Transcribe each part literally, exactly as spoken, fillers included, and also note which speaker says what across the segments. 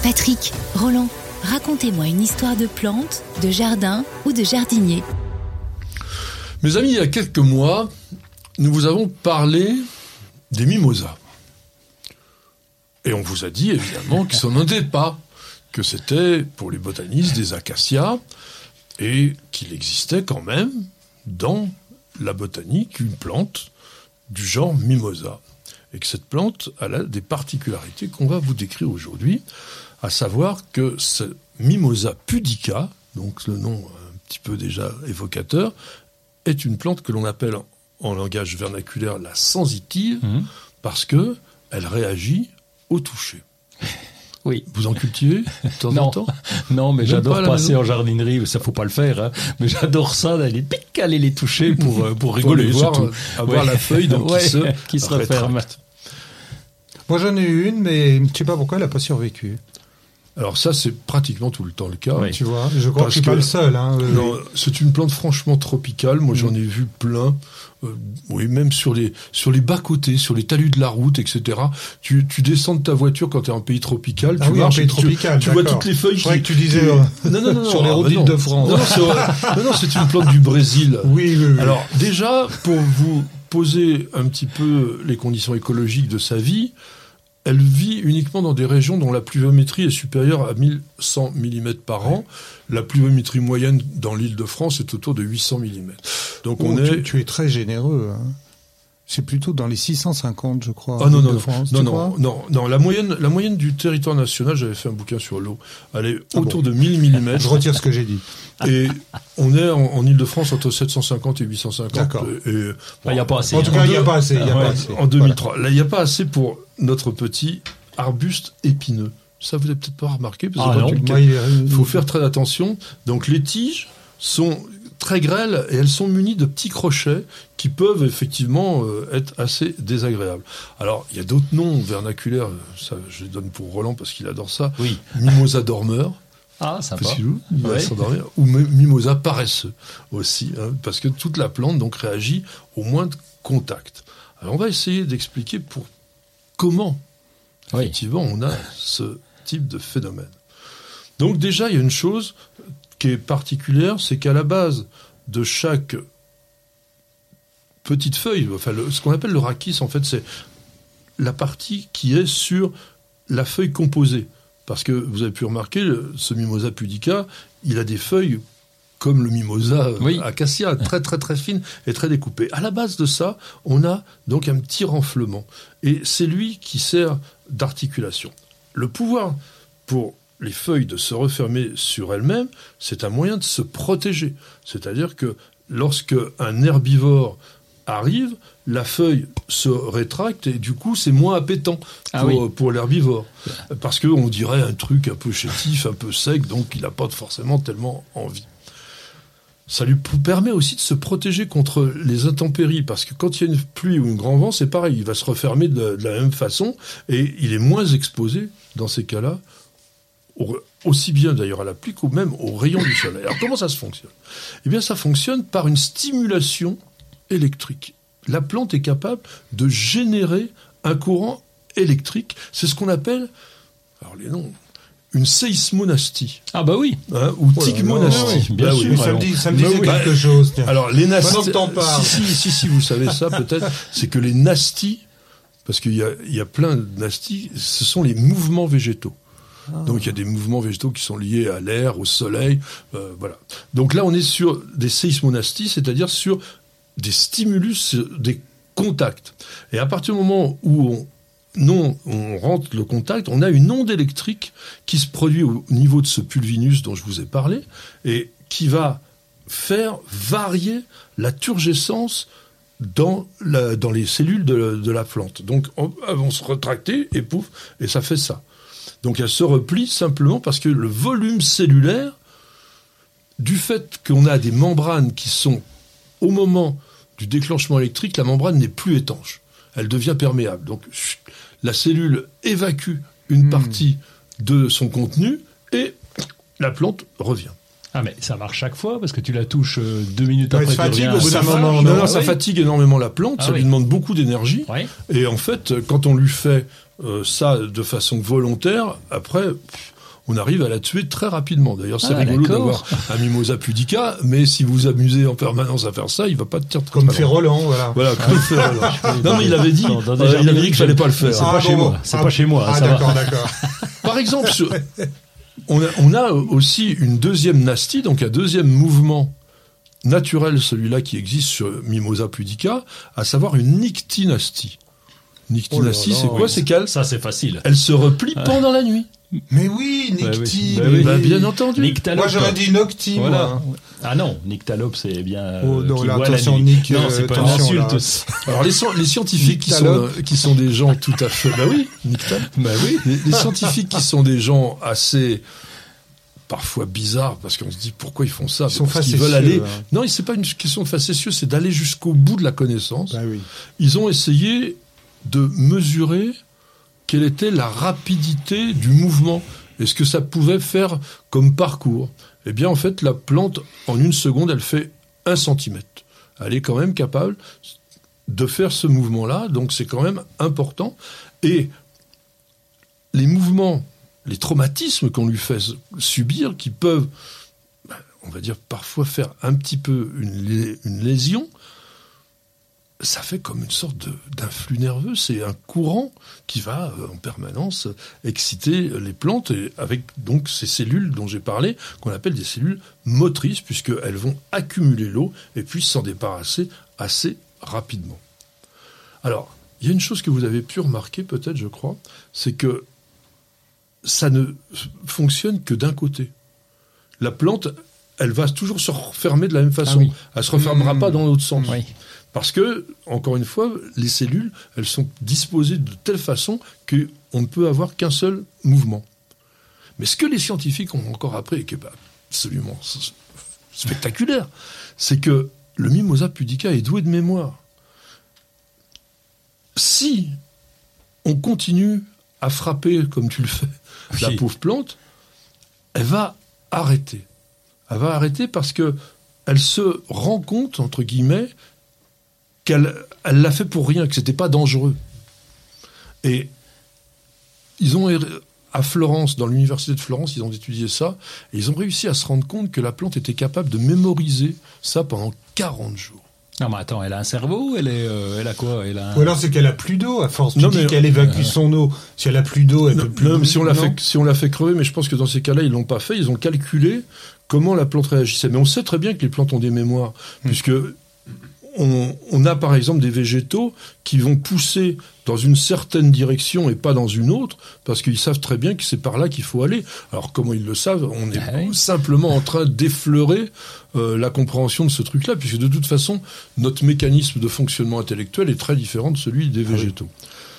Speaker 1: Patrick, Roland, racontez-moi une histoire de plante, de jardin ou de jardinier.
Speaker 2: Mes amis, il y a quelques mois, nous vous avons parlé des mimosas. Et on vous a dit, évidemment, que ça n'en était pas, que c'était, pour les botanistes, des acacias, et qu'il existait quand même, dans la botanique, une plante du genre mimosa. Et que cette plante, elle a des particularités qu'on va vous décrire aujourd'hui, à savoir que ce Mimosa pudica, donc le nom un petit peu déjà évocateur, est une plante que l'on appelle en langage vernaculaire la sensitive, mmh. parce que elle réagit au toucher.
Speaker 3: Oui.
Speaker 2: Vous en cultivez de temps
Speaker 3: non.
Speaker 2: en temps?
Speaker 3: Non, mais Même j'adore passer en jardinerie. Ça, faut pas le faire, hein. Mais j'adore ça, d'aller pic, aller les toucher pour, pour rigoler.
Speaker 2: Pour voir,
Speaker 3: surtout.
Speaker 2: avoir ouais. la feuille donc,
Speaker 3: ouais,
Speaker 2: qui se,
Speaker 3: qui se referme.
Speaker 4: Moi, j'en ai eu une, mais je sais pas pourquoi elle a pas survécu.
Speaker 2: Alors ça, c'est pratiquement tout le temps le cas.
Speaker 4: Oui. Tu vois, je crois que je suis pas le seul. Hein, euh,
Speaker 2: non, c'est une plante franchement tropicale. Moi, mmh. j'en ai vu plein. Euh, oui, même sur les sur les bas-côtés, sur les talus de la route, et cetera. Tu, tu descends de ta voiture quand tu es en pays tropical.
Speaker 4: Ah
Speaker 2: tu
Speaker 4: oui,
Speaker 2: marches,
Speaker 4: en pays tropical,
Speaker 2: tu, tu vois toutes les feuilles.
Speaker 4: Je croyais
Speaker 2: qui,
Speaker 4: que tu disais
Speaker 2: qui...
Speaker 4: Euh,
Speaker 2: non, non, non, non,
Speaker 4: sur les routes
Speaker 2: ah,
Speaker 4: de France.
Speaker 2: Non, non, c'est, non, non, c'est une plante du Brésil.
Speaker 4: Oui, oui, oui.
Speaker 2: Alors déjà, pour vous poser un petit peu les conditions écologiques de sa vie, elle vit uniquement dans des régions dont la pluviométrie est supérieure à mille cent millimètres par an. La pluviométrie moyenne dans l'Île-de-France est autour de huit cents millimètres. Donc
Speaker 4: oh,
Speaker 2: on
Speaker 4: tu,
Speaker 2: est...
Speaker 4: tu es très généreux. Hein. C'est plutôt dans les six cent cinquante, je crois.
Speaker 2: Ah non, non,
Speaker 4: France,
Speaker 2: non, non, non, non. La moyenne, la moyenne du territoire national, j'avais fait un bouquin sur l'eau, elle est ah autour bon. de mille millimètres.
Speaker 4: Je retire ce que j'ai dit.
Speaker 2: Et on est en, en Île-de-France entre sept cent cinquante et huit cent cinquante.
Speaker 4: D'accord.
Speaker 2: Et, et,
Speaker 3: bon, il n'y a pas assez.
Speaker 4: En tout cas, il n'y a pas assez. Y a
Speaker 2: ouais,
Speaker 4: pas assez.
Speaker 2: En deux mille trois. Voilà. Là, il n'y a pas assez pour notre petit arbuste épineux. Ça, vous n'avez peut-être pas remarqué. Parce
Speaker 3: ah non,
Speaker 2: il faut faire très attention. Donc, les tiges sont très grêles et elles sont munies de petits crochets qui peuvent effectivement euh, être assez désagréables. Alors, il y a d'autres noms vernaculaires. Ça, je les donne pour Roland parce qu'il adore ça.
Speaker 3: Oui.
Speaker 2: Mimosa dormeur.
Speaker 3: Ah, sympa.
Speaker 2: Parce qu'il va
Speaker 3: ouais.
Speaker 2: s'endormir. Ou mimosa paresseux aussi, hein, parce que toute la plante donc réagit au moindre contact. Alors, on va essayer d'expliquer pour comment oui. effectivement on a ce type de phénomène. Donc déjà, il y a une chose qui est particulière, c'est qu'à la base de chaque petite feuille, enfin le, ce qu'on appelle le rachis, en fait, c'est la partie qui est sur la feuille composée. Parce que vous avez pu remarquer, ce Mimosa pudica, il a des feuilles comme le Mimosa oui. acacia, très très très fines et très découpées. À la base de ça, on a donc un petit renflement. Et c'est lui qui sert d'articulation. Le pouvoir pour les feuilles de se refermer sur elles-mêmes, c'est un moyen de se protéger. C'est-à-dire que lorsque un herbivore arrive, la feuille se rétracte et du coup c'est moins appétant pour, ah oui. pour l'herbivore. Parce qu'on dirait un truc un peu chétif, un peu sec, donc il n'a pas forcément tellement envie. Ça lui permet aussi de se protéger contre les intempéries, parce que quand il y a une pluie ou un grand vent, c'est pareil, il va se refermer de, de la même façon et il est moins exposé dans ces cas-là, au, aussi bien d'ailleurs à la pluie qu'au même aux rayons du soleil. Alors comment ça se fonctionne ? Eh bien ça fonctionne par une stimulation électrique. La plante est capable de générer un courant électrique. C'est ce qu'on appelle, alors les noms, une séismonastie.
Speaker 3: Ah bah oui.
Speaker 2: Hein, ou oh tigmonastie.
Speaker 3: Bien
Speaker 2: bah
Speaker 3: sûr.
Speaker 2: Oui,
Speaker 4: ça me, dit, ça me disait
Speaker 2: bah,
Speaker 4: quelque bah, chose. Tiens.
Speaker 2: Alors les nasties.
Speaker 4: Si,
Speaker 2: si, si, si, vous savez ça peut-être, c'est que les nasties, parce qu'il y a, il y a plein de nasties, ce sont les mouvements végétaux. Ah. Donc il y a des mouvements végétaux qui sont liés à l'air, au soleil, euh, voilà. Donc là on est sur des séismonasties, c'est-à-dire sur des stimulus, des contacts. Et à partir du moment où on, non, on rentre le contact, on a une onde électrique qui se produit au niveau de ce pulvinus dont je vous ai parlé et qui va faire varier la turgescence dans, la, dans les cellules de, de la plante. Donc elles vont se rétracter et pouf, et ça fait ça. Donc elle se replie simplement parce que le volume cellulaire, du fait qu'on a des membranes qui sont, au moment du déclenchement électrique, la membrane n'est plus étanche. Elle devient perméable. Donc chut, la cellule évacue une mmh. partie de son contenu et la plante revient.
Speaker 3: Ah mais ça marche chaque fois parce que tu la touches deux minutes ouais, après.
Speaker 2: Fatigue au bout d'un moment. Non, non, ah, ça oui. fatigue énormément la plante. Ah, ça oui. lui demande beaucoup d'énergie.
Speaker 3: Oui.
Speaker 2: Et en fait, quand on lui fait euh, ça de façon volontaire, après, on arrive à la tuer très rapidement. D'ailleurs, c'est
Speaker 3: ah,
Speaker 2: rigolo
Speaker 3: d'accord.
Speaker 2: d'avoir un Mimosa pudica, mais si vous vous amusez en permanence à faire ça, il va pas te tirer très
Speaker 4: Comme
Speaker 2: mal.
Speaker 4: fait Roland, voilà.
Speaker 2: Voilà, comme fait Roland. Non, mais il avait dit,
Speaker 3: Dans- dans des
Speaker 2: euh, il avait
Speaker 3: jardineries
Speaker 2: dit qu'il
Speaker 3: que
Speaker 2: fallait
Speaker 3: j'aime-
Speaker 2: pas le faire.
Speaker 3: C'est
Speaker 4: Ah,
Speaker 3: pas
Speaker 4: bon,
Speaker 3: chez
Speaker 4: bon.
Speaker 3: moi. C'est
Speaker 4: Ah,
Speaker 3: pas chez moi.
Speaker 4: Ah,
Speaker 3: ça va.
Speaker 4: d'accord, d'accord.
Speaker 2: Par exemple, sur- on, a, on a aussi une deuxième nasty, donc un deuxième mouvement naturel, celui-là qui existe sur Mimosa pudica, à savoir une nyctinasty. Nyctinasty,
Speaker 4: Oh là là,
Speaker 2: c'est quoi?
Speaker 4: oui.
Speaker 2: C'est qu'elle
Speaker 3: Ça, c'est facile.
Speaker 2: elle se replie pendant la nuit.
Speaker 4: Mais oui,
Speaker 3: Bah oui,
Speaker 4: Nicti.
Speaker 3: bah
Speaker 4: mais-
Speaker 3: oui.
Speaker 2: Bah, bien entendu.
Speaker 3: Nyctalope.
Speaker 4: Moi, j'aurais dit Nocti,
Speaker 3: Voilà.
Speaker 4: moi.
Speaker 3: Ah non, nyctalope, c'est bien.
Speaker 4: Oh,
Speaker 3: euh,
Speaker 4: non,
Speaker 3: qui
Speaker 4: là,
Speaker 3: voit la
Speaker 4: attention,
Speaker 3: nuit.
Speaker 4: Nick,
Speaker 3: non,
Speaker 4: euh,
Speaker 3: c'est pas une
Speaker 4: attention, là.
Speaker 3: insulte.
Speaker 2: Alors les, sci- les scientifiques qui sont,
Speaker 4: Nyctalope.
Speaker 2: qui sont des gens tout à fait... Bah oui, nyctalope.
Speaker 3: Bah oui.
Speaker 2: Les, les scientifiques qui sont des gens assez... parfois bizarres, parce qu'on se dit pourquoi ils font ça.
Speaker 4: Ils sont
Speaker 2: parce qu'ils
Speaker 4: facétieux,
Speaker 2: veulent aller...
Speaker 4: hein.
Speaker 2: Non, c'est pas une question de facétieux, c'est d'aller jusqu'au bout de la connaissance.
Speaker 4: Bah oui.
Speaker 2: Ils ont essayé de mesurer quelle était la rapidité du mouvement et ce que ça pouvait faire comme parcours. Eh bien, en fait, la plante, en une seconde, elle fait un centimètre. Elle est quand même capable de faire ce mouvement-là, donc c'est quand même important. Et les mouvements, les traumatismes qu'on lui fait subir, qui peuvent, on va dire, parfois faire un petit peu une, une lésion, ça fait comme une sorte de, d'influx nerveux. C'est un courant qui va euh, en permanence exciter les plantes, et avec donc ces cellules dont j'ai parlé, qu'on appelle des cellules motrices, puisqu'elles vont accumuler l'eau et puis s'en débarrasser assez rapidement. Alors, il y a une chose que vous avez pu remarquer peut-être, je crois, c'est que ça ne fonctionne que d'un côté. La plante, elle va toujours se refermer de la même façon.
Speaker 3: Ah oui.
Speaker 2: Elle se refermera
Speaker 4: Mmh.
Speaker 2: pas dans l'autre sens.
Speaker 3: Oui.
Speaker 2: Parce que, encore une fois, les cellules, elles sont disposées de telle façon qu'on ne peut avoir qu'un seul mouvement. Mais ce que les scientifiques ont encore appris, et qui est absolument spectaculaire, c'est que le Mimosa pudica est doué de mémoire. Si on continue à frapper, comme tu le fais,
Speaker 3: Oui.
Speaker 2: la pauvre plante, elle va arrêter. Elle va arrêter parce que elle se rend compte, entre guillemets, qu'elle elle l'a fait pour rien, que c'était pas dangereux. Et ils ont à Florence, dans l'université de Florence, ils ont étudié ça, et ils ont réussi à se rendre compte que la plante était capable de mémoriser ça pendant quarante jours.
Speaker 3: Non, mais attends, elle a un cerveau, elle est, euh, elle a quoi? Elle a un...
Speaker 4: Ou alors c'est qu'elle a plus d'eau, à force. Tu
Speaker 2: Non,
Speaker 4: dis
Speaker 2: mais-
Speaker 4: qu'elle évacue son eau. Si elle a plus d'eau, elle
Speaker 2: Non,
Speaker 4: peut plus...
Speaker 2: non, mais si on l'a
Speaker 4: non.
Speaker 2: fait, si on l'a fait crever, mais je pense que dans ces cas-là, ils l'ont pas fait. Ils ont calculé comment la plante réagissait. Mais on sait très bien que les plantes ont des mémoires,
Speaker 4: Hmm.
Speaker 2: puisque on, on a par exemple des végétaux qui vont pousser dans une certaine direction et pas dans une autre, parce qu'ils savent très bien que c'est par là qu'il faut aller. Alors comment ils le savent? On est
Speaker 3: Ah oui.
Speaker 2: simplement en train d'effleurer euh, la compréhension de ce truc-là, puisque de toute façon, notre mécanisme de fonctionnement intellectuel est très différent de celui des végétaux.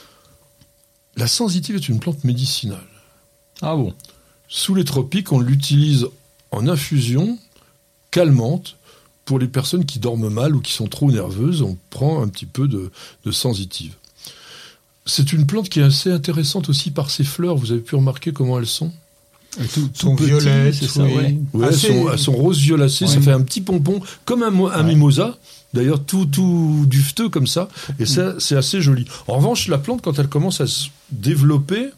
Speaker 2: La sensitive est une plante médicinale.
Speaker 3: Ah bon?
Speaker 2: Sous les tropiques, on l'utilise en infusion calmante. Pour les personnes qui dorment mal ou qui sont trop nerveuses, on prend un petit peu de, de sensitive. C'est une plante qui est assez intéressante aussi par ses fleurs. Vous avez pu remarquer comment elles sont?
Speaker 4: Tout, son
Speaker 3: petit,
Speaker 4: violet,
Speaker 3: c'est ça,
Speaker 4: oui.
Speaker 3: ouais.
Speaker 2: Ouais,
Speaker 4: Assez-
Speaker 2: elles, sont, elles sont rose violacées, ça
Speaker 3: Ouais.
Speaker 2: fait un petit pompon, comme un, mo- un
Speaker 3: Ouais.
Speaker 2: mimosa, d'ailleurs tout, tout dufteux comme ça, et ça, c'est assez joli. En revanche, la plante, quand elle commence à se développer,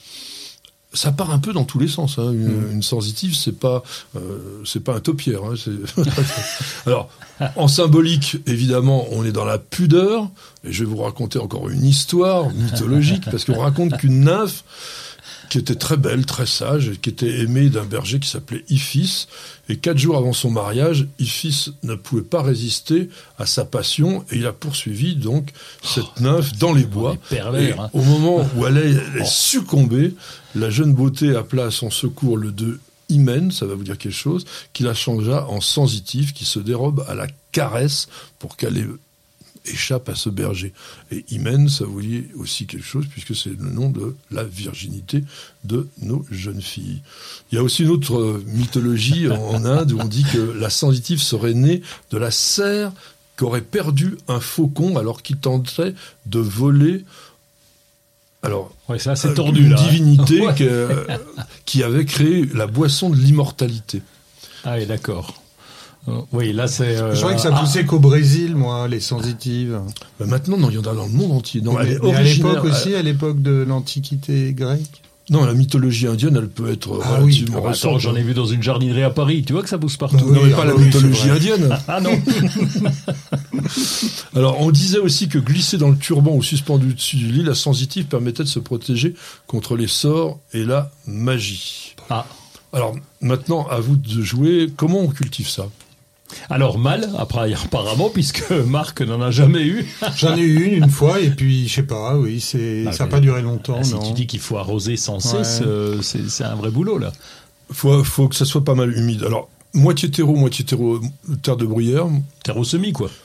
Speaker 2: ça part un peu dans tous les sens. Hein. Une,
Speaker 4: Mm.
Speaker 2: une sensitive, c'est pas, euh, c'est pas un taupière. Hein. C'est... Alors, en symbolique, évidemment, on est dans la pudeur, et je vais vous raconter encore une histoire mythologique, parce qu'on raconte qu'une nymphe, qui était très belle, très sage, et qui était aimée d'un berger qui s'appelait Iphis. Et quatre jours avant son mariage, Iphis ne pouvait pas résister à sa passion, et il a poursuivi donc cette nymphe dans les bois.
Speaker 3: des pervers,
Speaker 2: Et
Speaker 3: hein.
Speaker 2: au moment où elle est, elle est succombée, la jeune beauté appela à son secours le dieu Hymen, ça va vous dire quelque chose, qui la changea en sensitive, qui se dérobe à la caresse pour qu'elle ait échappe à ce berger. Et Hymen, ça vous dit aussi quelque chose, puisque c'est le nom de la virginité de nos jeunes filles. Il y a aussi une autre euh, mythologie en, en Inde où on dit que la sensitive serait née de la cerf qu'aurait perdu un faucon alors qu'il tentait de voler. Alors,
Speaker 3: Ouais, c'est assez
Speaker 2: euh,
Speaker 3: tordu,
Speaker 2: une
Speaker 3: là. hein.
Speaker 2: divinité
Speaker 3: Ouais.
Speaker 2: que, euh, qui avait créé la boisson de l'immortalité.
Speaker 3: Ah oui, d'accord. Euh, oui, là, c'est... euh,
Speaker 4: Je croyais que ça
Speaker 3: ah,
Speaker 4: poussait qu'au Brésil, moi, les sensitives.
Speaker 2: Ben maintenant, non, il y en a dans le monde entier. Non, elle est
Speaker 4: Mais à
Speaker 2: originaire.
Speaker 4: l'époque aussi, à l'époque de l'Antiquité grecque.
Speaker 2: Non, la mythologie indienne, elle peut être
Speaker 4: ah
Speaker 2: relativement
Speaker 3: oui.
Speaker 2: récente.
Speaker 3: Attends, j'en ai vu dans une jardinerie à Paris. Tu vois que ça pousse partout.
Speaker 2: Bah, oui, non, mais pas
Speaker 4: ah
Speaker 2: la
Speaker 4: oui,
Speaker 2: mythologie indienne.
Speaker 3: Ah non.
Speaker 2: Alors, on disait aussi que glisser dans le turban ou suspendu au-dessus du lit, la sensitive permettait de se protéger contre les sorts et la magie.
Speaker 3: Ah.
Speaker 2: Alors, maintenant, à vous de jouer. Comment on cultive ça ?
Speaker 3: Alors mal, après apparemment, puisque Marc n'en a jamais eu.
Speaker 4: J'en ai eu une une fois et puis je sais pas, oui, c'est
Speaker 3: Ah,
Speaker 4: ça n'a pas duré longtemps.
Speaker 3: Ah, si
Speaker 4: non.
Speaker 3: tu dis qu'il faut arroser sans
Speaker 4: Ouais.
Speaker 3: cesse, euh, c'est, c'est un vrai boulot là.
Speaker 2: Faut, faut que ça soit pas mal humide. Alors, moitié terreau, moitié terreau, terre de bruyère.
Speaker 3: Terreau semi quoi.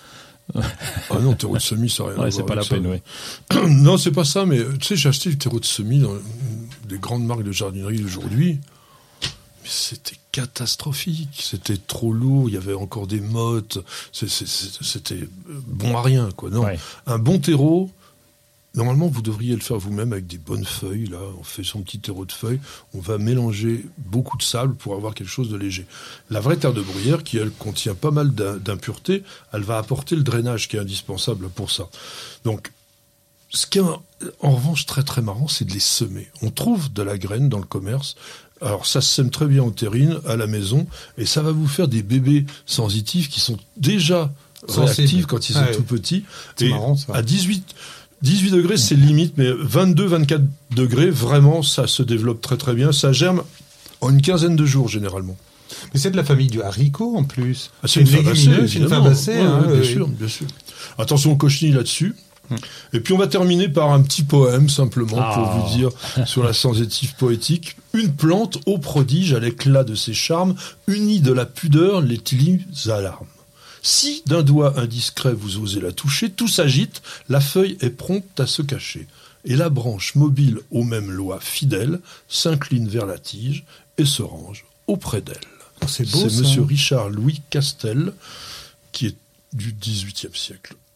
Speaker 2: Ah non, terreau de semis, ça n'a rien à
Speaker 3: Ouais,
Speaker 2: voir
Speaker 3: c'est pas la
Speaker 2: avec ça.
Speaker 3: peine, ouais.
Speaker 2: Non, c'est pas ça, mais tu sais, j'ai acheté du terreau de semis dans des grandes marques de jardinerie d'aujourd'hui. Mais c'était catastrophique. C'était trop lourd. Il y avait encore des mottes. C'est, c'est, c'est, c'était bon à rien, quoi. Non.
Speaker 3: Ouais.
Speaker 2: Un bon terreau, normalement, vous devriez le faire vous-même avec des bonnes feuilles. Là, on fait son petit terreau de feuilles. On va mélanger beaucoup de sable pour avoir quelque chose de léger. La vraie terre de bruyère, qui elle contient pas mal d'impuretés, elle va apporter le drainage qui est indispensable pour ça. Donc, ce qui est en, en revanche très très marrant, c'est de les semer. On trouve de la graine dans le commerce. Alors ça se sème très bien en terrine, à la maison, et ça va vous faire des bébés sensitifs qui sont déjà
Speaker 4: Sensibles.
Speaker 2: réactifs quand ils sont
Speaker 4: Ah,
Speaker 2: tout
Speaker 4: oui.
Speaker 2: petits.
Speaker 4: C'est
Speaker 2: Et
Speaker 4: marrant, ça.
Speaker 2: à dix-huit, dix-huit degrés, c'est limite, mais vingt-deux, vingt-quatre degrés, vraiment, ça se développe très très bien. Ça germe en une quinzaine de jours, généralement.
Speaker 4: Mais c'est de la famille du haricot en plus.
Speaker 2: Ah,
Speaker 4: c'est une légumineuse, une
Speaker 2: évidemment.
Speaker 4: fabacée.
Speaker 2: Ouais,
Speaker 4: hein,
Speaker 2: ouais, bien
Speaker 4: euh,
Speaker 2: sûr, bien sûr. Attention au cochenille là-dessus.
Speaker 4: Hum.
Speaker 2: Et puis on va terminer par un petit poème, simplement,
Speaker 3: Ah.
Speaker 2: pour vous dire sur la sensitive poétique. Une plante au prodige, à l'éclat de ses charmes, unie de la pudeur, les timides alarmes. Si d'un doigt indiscret vous osez la toucher, tout s'agite, la feuille est prompte à se cacher. Et la branche mobile aux mêmes lois fidèles s'incline vers la tige et se range auprès d'elle.
Speaker 4: Oh, c'est beau,
Speaker 2: C'est
Speaker 4: ça.
Speaker 2: monsieur Richard Louis Castel, qui est du dix-huitième siècle.